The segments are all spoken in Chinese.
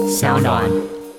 小暖。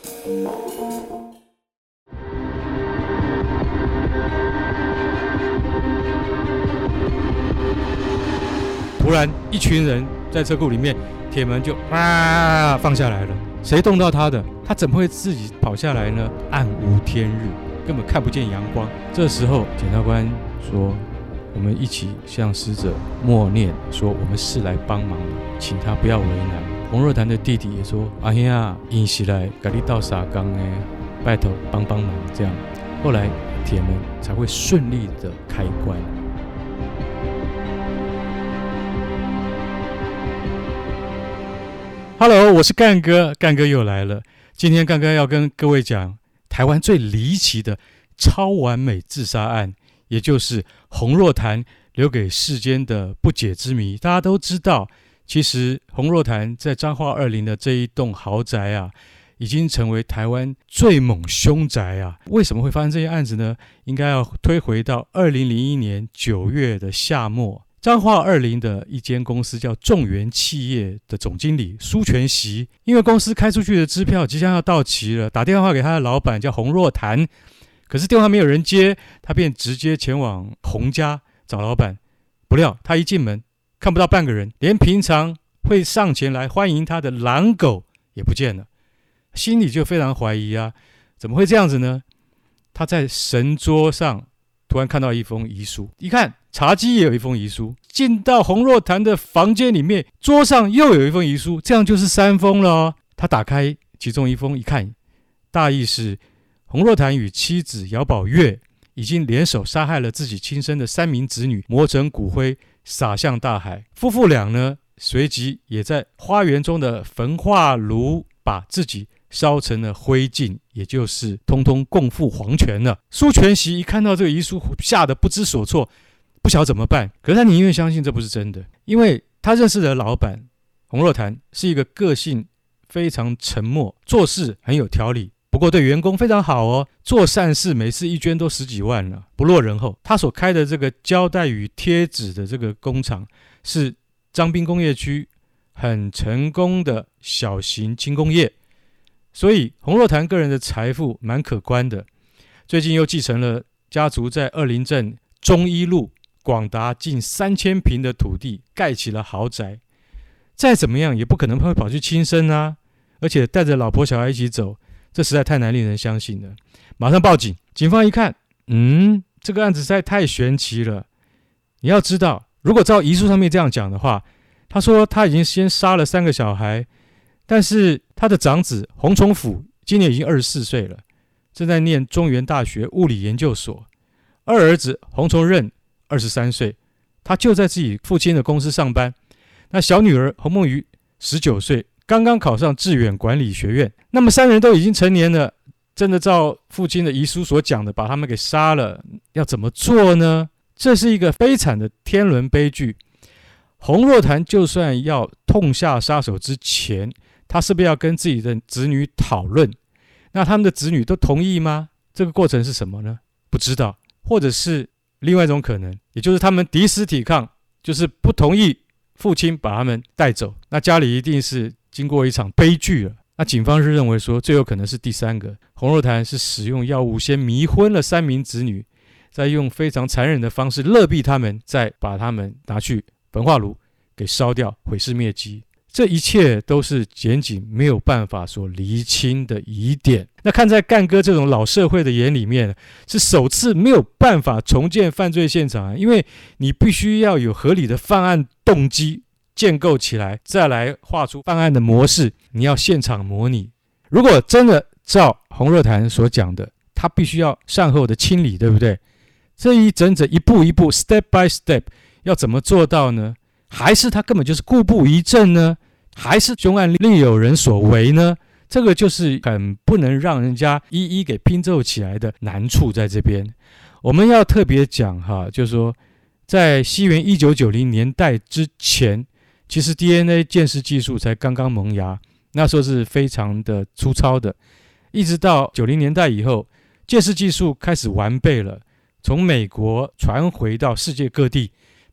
突然，一群人在车库里面，铁门就放下来了。谁动到他的？他怎么会自己跑下来呢？暗无天日，根本看不见阳光。这时候，检察官说：“我们一起向死者默念，说我们是来帮忙的，请他不要为难。”洪若潭的弟弟也说：“哎呀，因是来给你倒沙缸的，拜托帮帮忙。”这样，后来铁门才会顺利的开关。Hello， 我是干哥，干哥又来了。今天干哥要跟各位讲台湾最离奇的超完美自杀案，也就是洪若潭留给世间的不解之谜。大家都知道，其实洪若潭在彰化2林的这一栋豪宅啊，已经成为台湾最猛凶宅啊。为什么会发生这些案子呢？应该要推回到2001年9月的夏末。彰化2林的一间公司叫众源企业的总经理苏全席，因为公司开出去的支票即将要到期了，打电话给他的老板叫洪若潭，可是电话没有人接，他便直接前往洪家找老板。不料他一进门看不到半个人，连平常会上前来欢迎他的狼狗也不见了，心里就非常怀疑啊，怎么会这样子呢？他在神桌上突然看到一封遗书，一看茶几也有一封遗书，进到洪若潭的房间里面，桌上又有一封遗书，这样就是3封了哦。他打开其中一封一看，大意是洪若潭与妻子姚宝月已经联手杀害了自己亲生的3名子女，磨成骨灰撒向大海。夫妇俩呢，随即也在花园中的焚化炉把自己烧成了灰烬，也就是通通共赴黄泉了。苏全席一看到这个遗书，吓得不知所措，不晓得怎么办。可是他宁愿相信这不是真的，因为他认识的老板洪若潭是一个个性非常沉默，做事很有条理，不过对员工非常好哦，做善事每次一捐都10几万了，不落人后。他所开的这个胶带与贴纸的这个工厂是彰滨工业区很成功的小型轻工业，所以洪若潭个人的财富蛮可观的。最近又继承了家族在2林镇中一路广达近3000坪的土地，盖起了豪宅。再怎么样也不可能会跑去轻生啊，而且带着老婆小孩一起走，这实在太难令人相信了。马上报警，警方一看，这个案子实在太玄奇了。你要知道，如果照遗书上面这样讲的话，他说他已经先杀了3个小孩，但是他的长子洪崇甫今年已经24岁了，正在念中原大学物理研究所。二儿子洪崇任23岁，他就在自己父亲的公司上班。那小女儿洪梦瑜19岁，刚刚考上致远管理学院。那么3人都已经成年了，真的照父亲的遗书所讲的把他们给杀了，要怎么做呢？这是一个悲惨的天伦悲剧。洪若潭就算要痛下杀手之前，他是不是要跟自己的子女讨论？那他们的子女都同意吗？这个过程是什么呢？不知道。或者是另外一种可能，也就是他们敌死抵抗，就是不同意父亲把他们带走。那家里一定是经过一场悲剧了。那警方是认为说，最有可能是第3个，洪若潭是使用药物先迷昏了3名子女，再用非常残忍的方式勒毙他们，再把他们拿去焚化炉给烧掉，毁尸灭迹。这一切都是检警没有办法所厘清的疑点。那看在干哥这种老社会的眼里面，是首次没有办法重建犯罪现场，因为你必须要有合理的犯案动机建构起来，再来画出犯案的模式，你要现场模拟。如果真的照洪若潭所讲的，他必须要善后的清理，对不对？这一整整一步一步 step by step 要怎么做到呢？还是他根本就是故布疑阵呢？还是凶案另有人所为呢？这个就是很不能让人家一一给拼凑起来的难处在这边。我们要特别讲哈，就是说在西元1990年代之前，其实 DNA 鉴识技术才刚刚萌芽，那时候是非常的粗糙的。一直到90年代以后，鉴识技术开始完备了，从美国传回到世界各地，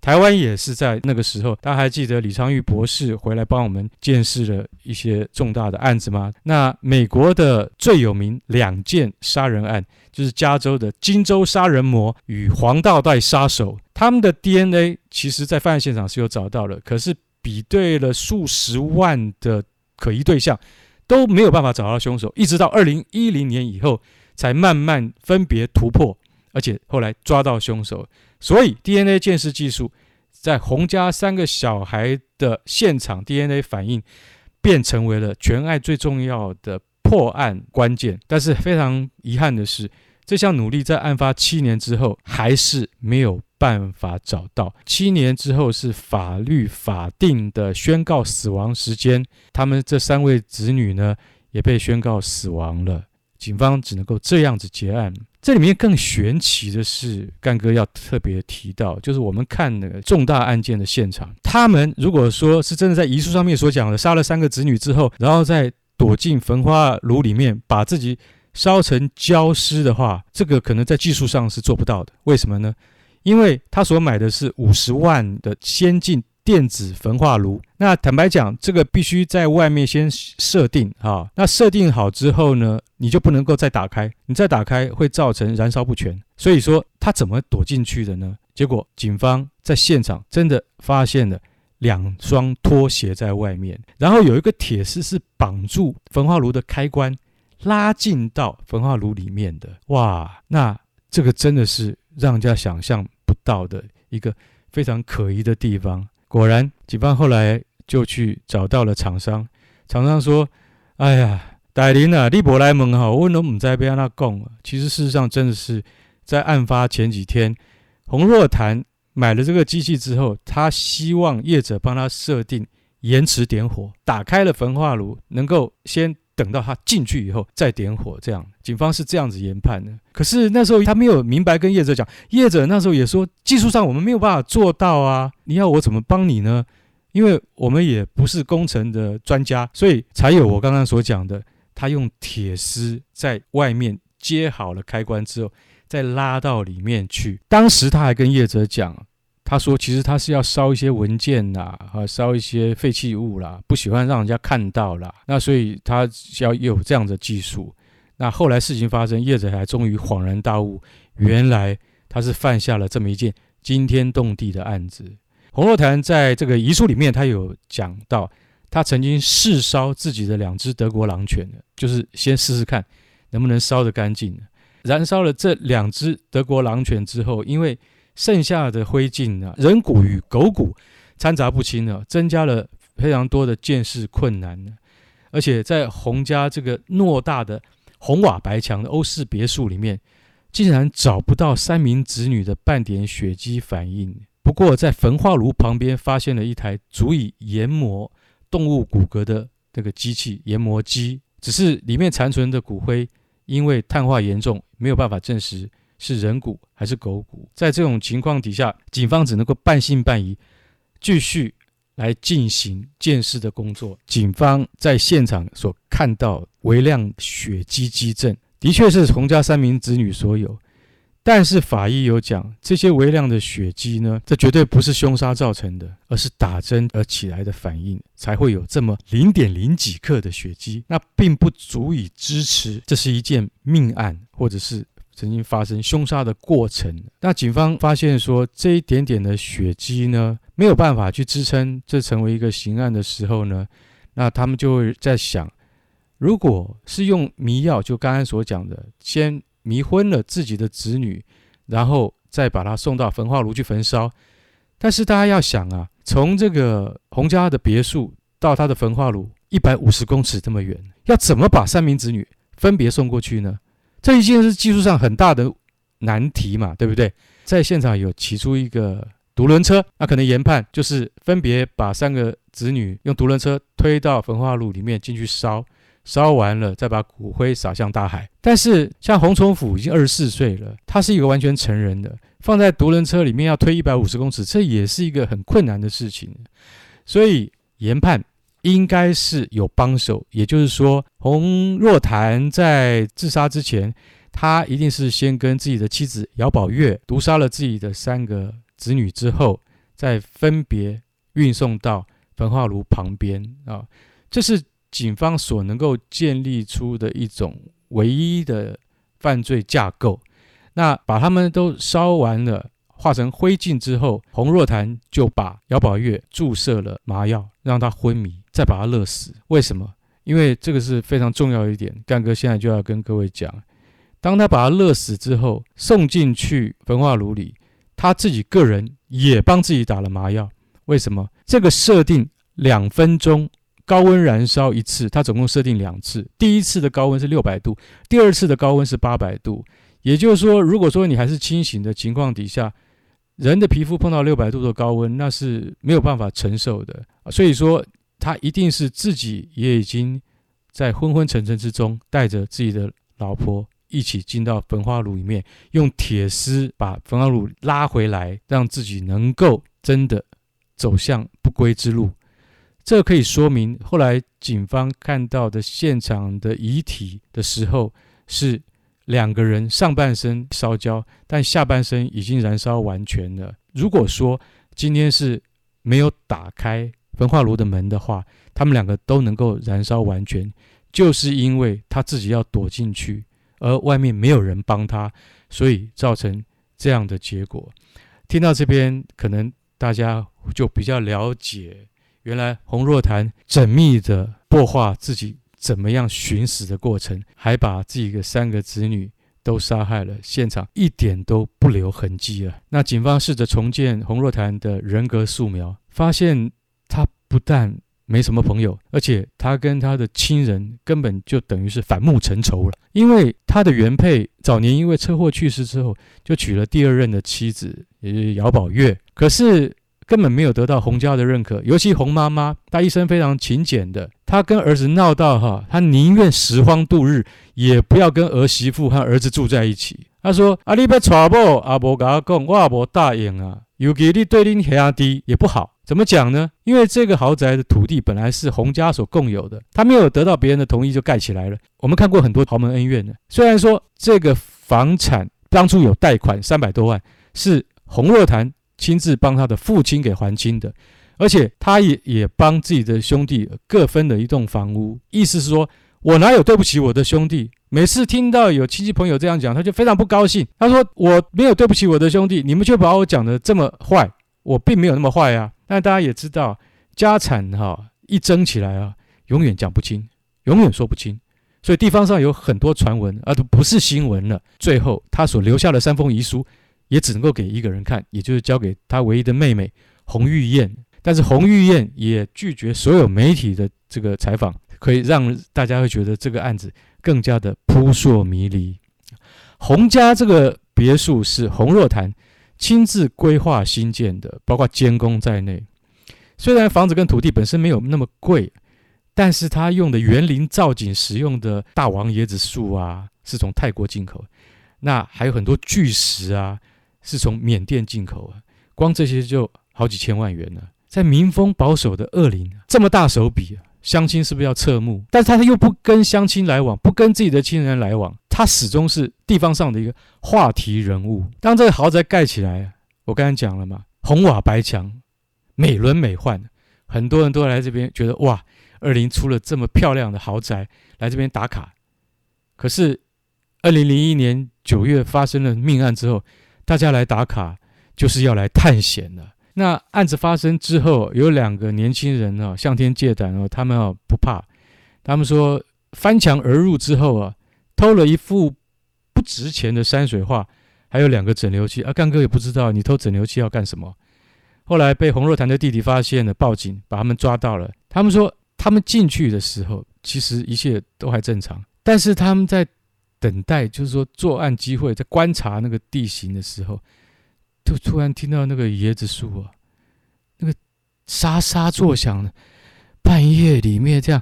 台湾也是在那个时候，大家还记得李昌钰博士回来帮我们监视了一些重大的案子吗？那美国的最有名2件杀人案，就是加州的金州杀人魔与黄道带杀手，他们的 DNA 其实在犯案现场是有找到了，可是比对了数十万的可疑对象都没有办法找到凶手，一直到2010年以后才慢慢分别突破，而且后来抓到凶手。所以 DNA 鉴识技术在洪家3个小孩的现场 DNA 反应便成为了全案最重要的破案关键。但是非常遗憾的是，这项努力在案发7年之后还是没有办法找到。7年之后是法律法定的宣告死亡时间，他们这3位子女呢也被宣告死亡了，警方只能够这样子结案。这里面更玄奇的是，干哥要特别提到，就是我们看那个重大案件的现场，他们如果说是真的在遗书上面所讲的，杀了3个子女之后，然后再躲进焚化炉里面，把自己烧成焦尸的话，这个可能在技术上是做不到的。为什么呢？因为他所买的是50万的先进电子焚化炉，那坦白讲，这个必须在外面先设定啊。那设定好之后呢，你就不能够再打开，你再打开会造成燃烧不全。所以说他怎么躲进去的呢？结果警方在现场真的发现了2双拖鞋在外面，然后有一个铁丝是绑住焚化炉的开关，拉进到焚化炉里面的。哇，那这个真的是让人家想象不到的一个非常可疑的地方。果然警方后来就去找到了厂商，厂商说，哎呀，大林啊，你没来问我都不知道要怎么说。其实事实上真的是在案发前几天，洪若潭买了这个机器之后，他希望业者帮他设定延迟点火，打开了焚化炉，能够先等到他进去以后再点火，这样警方是这样子研判的。可是那时候他没有明白跟业者讲，业者那时候也说，技术上我们没有办法做到啊，你要我怎么帮你呢？因为我们也不是工程的专家，所以才有我刚刚所讲的，他用铁丝在外面接好了开关之后再拉到里面去。当时他还跟业者讲，他说其实他是要烧一些文件啦，烧一些废弃物啦，不喜欢让人家看到啦，那所以他要有这样的技术。那后来事情发生，业者还终于恍然大悟，原来他是犯下了这么一件惊天动地的案子。洪若潭在这个遗书里面，他有讲到，他曾经试烧自己的2只德国狼犬，就是先试试看能不能烧得干净。燃烧了这2只德国狼犬之后，因为剩下的灰烬人骨与狗骨掺杂不清，增加了非常多的鉴识困难。而且在洪家这个偌大的红瓦白墙的欧式别墅里面，竟然找不到3名子女的半点血迹反应。不过在焚化炉旁边发现了一台足以研磨动物骨骼的这个机器研磨机，只是里面残存的骨灰因为碳化严重，没有办法证实是人骨还是狗骨。在这种情况底下，警方只能够半信半疑，继续来进行鉴识的工作。警方在现场所看到微量血迹迹证，的确是洪家3名子女所有，但是法医有讲，这些微量的血迹呢，这绝对不是凶杀造成的，而是打针而起来的反应，才会有这么0.0几克的血迹，那并不足以支持这是一件命案，或者是曾经发生凶杀的过程。那警方发现说，这一点点的血迹呢，没有办法去支撑这成为一个刑案的时候呢，那他们就会在想，如果是用迷药，就刚才所讲的，先迷昏了自己的子女，然后再把他送到焚化炉去焚烧。但是大家要想啊，从这个洪家的别墅到他的焚化炉150公尺这么远，要怎么把3名子女分别送过去呢？这已经是技术上很大的难题嘛，对不对？在现场有起出一个独轮车，那可能研判就是分别把3个子女用独轮车推到焚化炉里面进去烧，烧完了再把骨灰撒向大海。但是像洪崇甫已经24岁了，他是一个完全成人的，放在独轮车里面要推150公尺，这也是一个很困难的事情。所以研判应该是有帮手，也就是说洪若潭在自杀之前，他一定是先跟自己的妻子姚宝月毒杀了自己的3个子女之后， 再分别运送到焚化炉旁边啊。这是警方所能够建立出的一种唯一的犯罪架构。那把他们都烧完了，化成灰烬之后，洪若潭就把姚宝月注射了麻药，让他昏迷，再把他勒死。为什么？因为这个是非常重要的一点，干哥现在就要跟各位讲。当他把他勒死之后，送进去焚化炉里，他自己个人也帮自己打了麻药。为什么？这个设定2分钟高温燃烧一次，他总共设定2次。第一次的高温是600度，第二次的高温是800度。也就是说，如果说你还是清醒的情况底下，人的皮肤碰到600度的高温，那是没有办法承受的。所以说，他一定是自己也已经在昏昏沉沉之中，带着自己的老婆一起进到焚化炉里面，用铁丝把焚化炉拉回来，让自己能够真的走向不归之路。这可以说明后来警方看到的现场的遗体的时候，是2个人上半身烧焦，但下半身已经燃烧完全了。如果说今天是没有打开焚化炉的门的话，他们2个都能够燃烧完全，就是因为他自己要躲进去，而外面没有人帮他，所以造成这样的结果。听到这边，可能大家就比较了解，原来洪若潭缜密的擘画自己怎么样寻死的过程，还把自己的3个子女都杀害了，现场一点都不留痕迹啊。那警方试着重建洪若潭的人格素描，发现他不但没什么朋友，而且他跟他的亲人根本就等于是反目成仇了。因为他的原配早年因为车祸去世之后，就娶了第2任的妻子，也就是姚宝月，可是根本没有得到洪家的认可。尤其洪妈妈，她一生非常勤俭的，她跟儿子闹到她宁愿拾荒度日，也不要跟儿媳妇和儿子住在一起。她说你要娶某也没跟我讲，我也没答应啊，尤其你对你兄弟也不好。怎么讲呢？因为这个豪宅的土地本来是洪家所共有的，他没有得到别人的同意就盖起来了。我们看过很多豪门恩怨的，虽然说这个房产当初有贷款300多万，是洪若潭亲自帮他的父亲给还清的，而且他也帮自己的兄弟各分了一栋房屋。意思是说，我哪有对不起我的兄弟？每次听到有亲戚朋友这样讲，他就非常不高兴。他说我没有对不起我的兄弟，你们却把我讲得这么坏，我并没有那么坏啊。但大家也知道，家产一争起来永远讲不清，永远说不清。所以地方上有很多传闻，都不是新闻了。最后他所留下的3封遗书，也只能够给一个人看，也就是交给他唯一的妹妹洪玉燕。但是洪玉燕也拒绝所有媒体的这个采访，可以让大家会觉得这个案子更加的扑朔迷离。洪家这个别墅是洪若潭亲自规划新建的，包括监工在内。虽然房子跟土地本身没有那么贵，但是他用的园林造景使用的大王椰子树是从泰国进口，那还有很多巨石是从缅甸进口光这些就好几千万元了。在民风保守的恶邻这么大手笔乡亲是不是要侧目？但是他又不跟乡亲来往，不跟自己的亲人来往，他始终是地方上的一个话题人物。当这个豪宅盖起来，我刚才讲了嘛，红瓦白墙，美轮美奂，很多人都来这边觉得哇，2001出了这么漂亮的豪宅，来这边打卡。可是2001年9月发生了命案之后，大家来打卡就是要来探险了。那案子发生之后，有2个年轻人向天借胆他们不怕，他们说翻墙而入之后偷了一幅不值钱的山水画，还有2个整流器干哥也不知道你偷整流器要干什么。后来被洪若潭的弟弟发现了，报警把他们抓到了。他们说他们进去的时候其实一切都还正常，但是他们在等待，就是说作案机会，在观察那个地形的时候，就突然听到那个椰子树那个沙沙作响的，半夜里面这样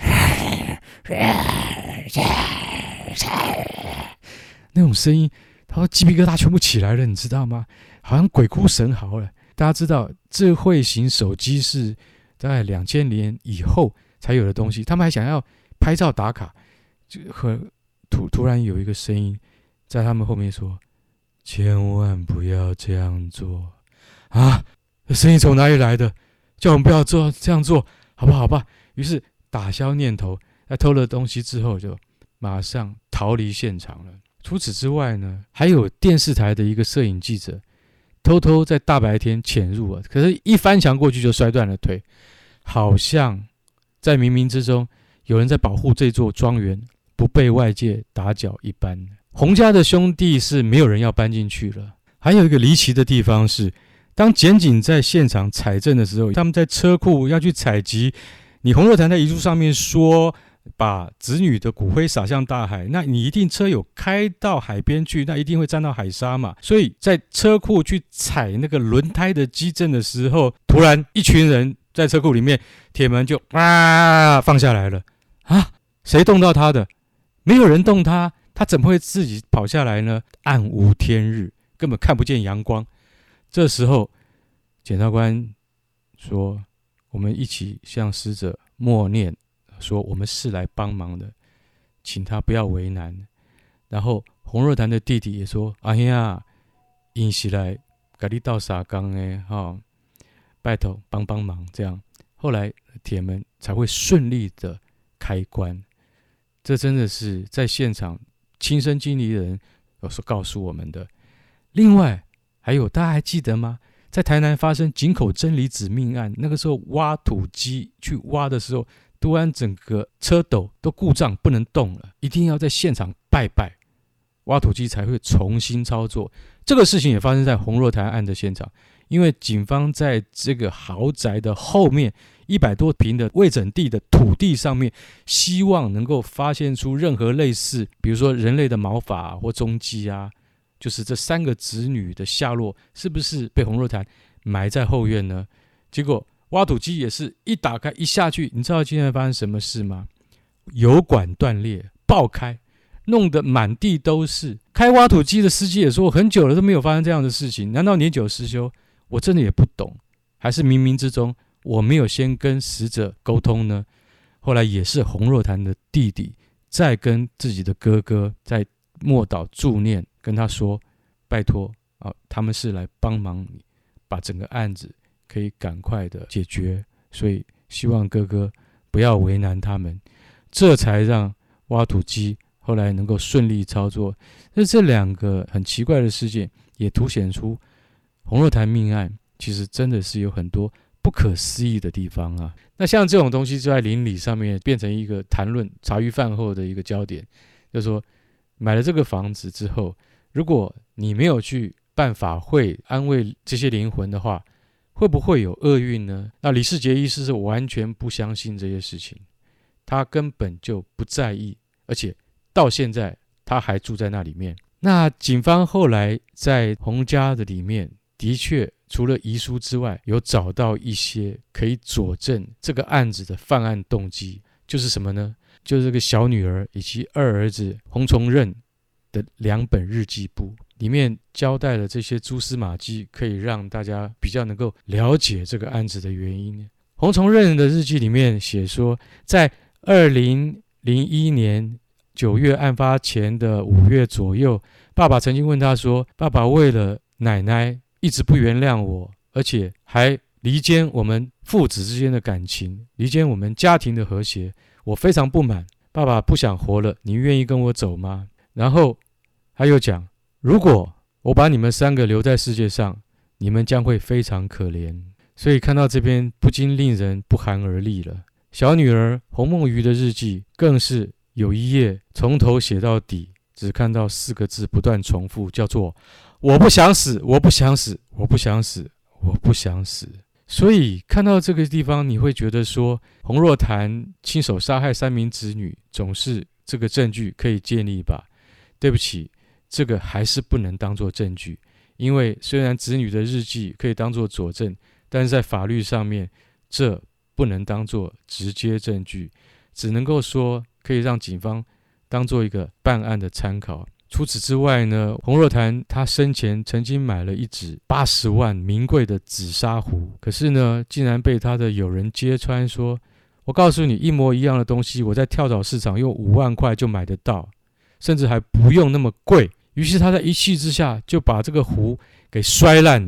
那种声音，他说鸡皮疙瘩全部起来了，你知道吗？好像鬼哭神嚎了。大家知道智慧型手机是大概2000年以后才有的东西，他们还想要拍照打卡，就突然有一个声音在他们后面说，千万不要这样做这声音从哪里来的？叫我们不要这样做，好不好吧？于是打消念头，在偷了东西之后就马上逃离现场了。除此之外呢，还有电视台的一个摄影记者偷偷在大白天潜入可是一翻墙过去就摔断了腿，好像在冥冥之中有人在保护这座庄园不被外界打搅一般。洪家的兄弟是没有人要搬进去了。还有一个离奇的地方是，当检警在现场采证的时候，他们在车库要去采集你洪若潭在遗书上面说把子女的骨灰撒向大海，那你一定车有开到海边去，那一定会沾到海沙嘛。所以在车库去采那个轮胎的基证的时候，突然一群人在车库里面，铁门就放下来了谁动到他的？没有人动他，他怎么会自己跑下来呢？暗无天日，根本看不见阳光。这时候检察官说，我们一起向死者默念，说我们是来帮忙的，请他不要为难。然后洪若潭的弟弟也说，哎呀，因是来给你倒沙缸的拜托帮忙。这样后来铁门才会顺利的开关。这真的是在现场亲身经历的人有所告诉我们的。另外还有，大家还记得吗？在台南发生井口真理子命案，那个时候挖土机去挖的时候，突然整个车斗都故障不能动了，一定要在现场拜拜，挖土机才会重新操作。这个事情也发生在洪若潭案的现场，因为警方在这个豪宅的后面100多坪的未整地的土地上面，希望能够发现出任何类似比如说人类的毛发或踪迹就是这3个子女的下落是不是被洪若潭埋在后院呢？结果挖土机也是一打开一下去，你知道今天发生什么事吗？油管断裂爆开，弄得满地都是。开挖土机的司机也说，很久了都没有发生这样的事情，难道年久失修？我真的也不懂，还是冥冥之中我没有先跟死者沟通呢？后来也是洪若潭的弟弟再跟自己的哥哥在默祷祝念，跟他说拜托他们是来帮忙你把整个案子可以赶快的解决，所以希望哥哥不要为难他们，这才让挖土机后来能够顺利操作。这2个很奇怪的事件也凸显出洪若潭命案其实真的是有很多不可思议的地方那像这种东西就在邻里上面变成一个谈论茶余饭后的一个焦点，就是说买了这个房子之后，如果你没有去办法会安慰这些灵魂的话，会不会有厄运呢？那李世杰医师是完全不相信这些事情，他根本就不在意，而且到现在他还住在那里面。那警方后来在洪家的里面的确除了遗书之外，有找到一些可以佐证这个案子的犯案动机，就是什么呢？就是这个小女儿以及2儿子洪崇任的2本日记簿，里面交代了这些蛛丝马迹，可以让大家比较能够了解这个案子的原因。洪崇任的日记里面写说，在2001年9月案发前的5月左右，爸爸曾经问他说，爸爸为了奶奶一直不原谅我，而且还离间我们父子之间的感情，离间我们家庭的和谐，我非常不满，爸爸不想活了，你愿意跟我走吗？然后他又讲，如果我把你们3个留在世界上，你们将会非常可怜。所以看到这边不禁令人不寒而栗了。小女儿洪梦瑜的日记更是有一页从头写到底，只看到4个字不断重复，叫做我不想死，我不想死，我不想死，我不想死。所以看到这个地方，你会觉得说，洪若潭亲手杀害3名子女，总是这个证据可以建立吧？对不起，这个还是不能当作证据，因为虽然子女的日记可以当作佐证，但是在法律上面，这不能当作直接证据，只能够说可以让警方当作一个办案的参考。除此之外呢，洪若潭他生前曾经买了一只80万名贵的紫砂壶，可是呢，竟然被他的友人揭穿说，我告诉你，一模一样的东西，我在跳蚤市场用5万块就买得到，甚至还不用那么贵。于是他在一气之下就把这个壶给摔烂了。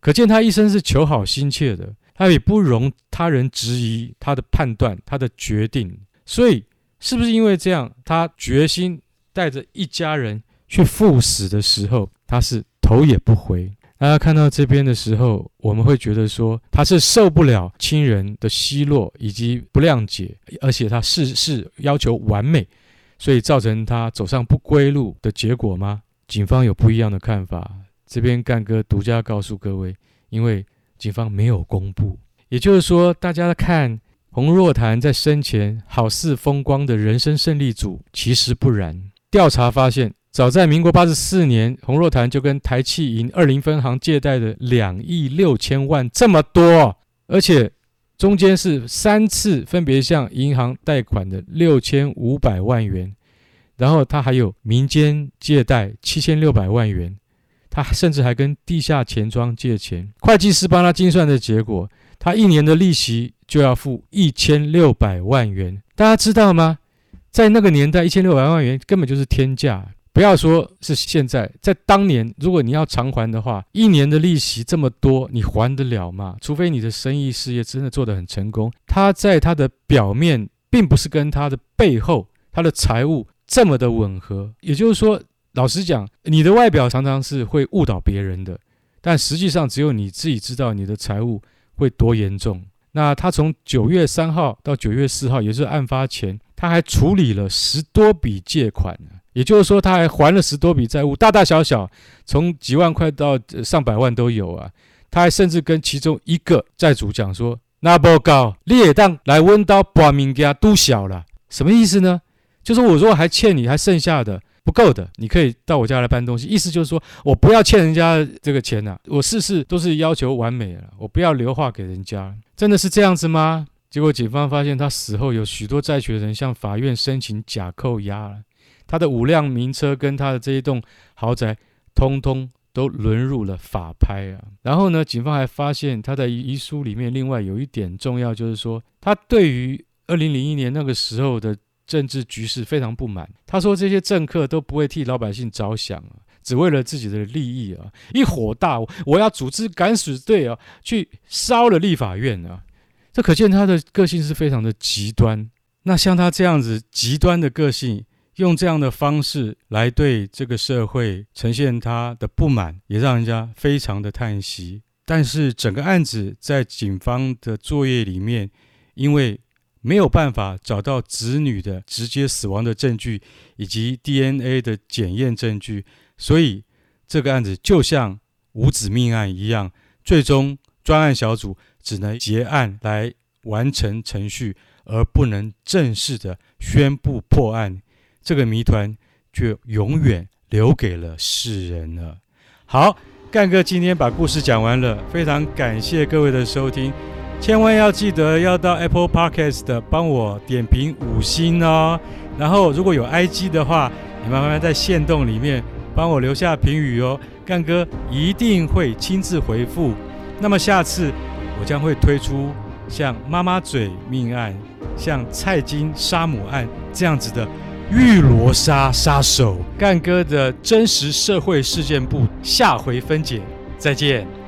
可见他一生是求好心切的，他也不容他人质疑他的判断，他的决定。所以是不是因为这样，他决心带着一家人去赴死的时候，他是头也不回。大家看到这边的时候，我们会觉得说他是受不了亲人的奚落以及不谅解，而且他事事要求完美，所以造成他走上不归路的结果吗？警方有不一样的看法，这边干哥独家告诉各位，因为警方没有公布，也就是说大家看洪若潭在生前好似风光的人生胜利组，其实不然。调查发现，早在民国84年，洪若潭就跟台企银20分行借贷的2亿6千万这么多，而且中间是3次分别向银行贷款的6500万元，然后他还有民间借贷7600万元，他甚至还跟地下钱庄借钱。会计师帮他精算的结果，他一年的利息就要付1600万元。大家知道吗？在那个年代1600万元根本就是天价，不要说是现在，在当年如果你要偿还的话，一年的利息这么多，你还得了吗？除非你的生意事业真的做得很成功。他在他的表面并不是跟他的背后，他的财务这么的吻合。也就是说，老实讲，你的外表常常是会误导别人的，但实际上只有你自己知道你的财务会多严重。那他从9月3号到9月4号，也就是案发前，他还处理了10多笔借款，也就是说他还还了10多笔债务，大大小小，从几万块到上百万都有啊。他还甚至跟其中一个债主讲说，那不搞你也当来温刀把物件都小了。什么意思呢？就是我如果还欠你，还剩下的不够的，你可以到我家来搬东西。意思就是说我不要欠人家这个钱啊，我事事都是要求完美了，我不要留话给人家。真的是这样子吗？结果警方发现他死后有许多债权人向法院申请假扣押了，他的5辆名车跟他的这一栋豪宅通通都沦入了法拍啊。然后呢，警方还发现他在遗书里面另外有一点重要，就是说他对于2001年那个时候的政治局势非常不满。他说这些政客都不会替老百姓着想啊，只为了自己的利益啊！一火大，我要组织敢死队啊，去烧了立法院啊！这可见他的个性是非常的极端。那像他这样子极端的个性，用这样的方式来对这个社会呈现他的不满，也让人家非常的叹息。但是整个案子在警方的作业里面，因为没有办法找到子女的直接死亡的证据以及 DNA 的检验证据，所以这个案子就像无子命案一样，最终专案小组只能结案来完成程序，而不能正式的宣布破案。这个谜团就永远留给了世人了。好，干哥今天把故事讲完了，非常感谢各位的收听。千万要记得要到 Apple Podcast 帮我点评5星哦。然后如果有 IG 的话，你麻烦在限动里面帮我留下评语哦，干哥一定会亲自回复。那么下次我将会推出像妈妈嘴命案、像蔡金杀母案这样子的玉罗莎杀手，干哥的真实社会事件簿下回分解。再见。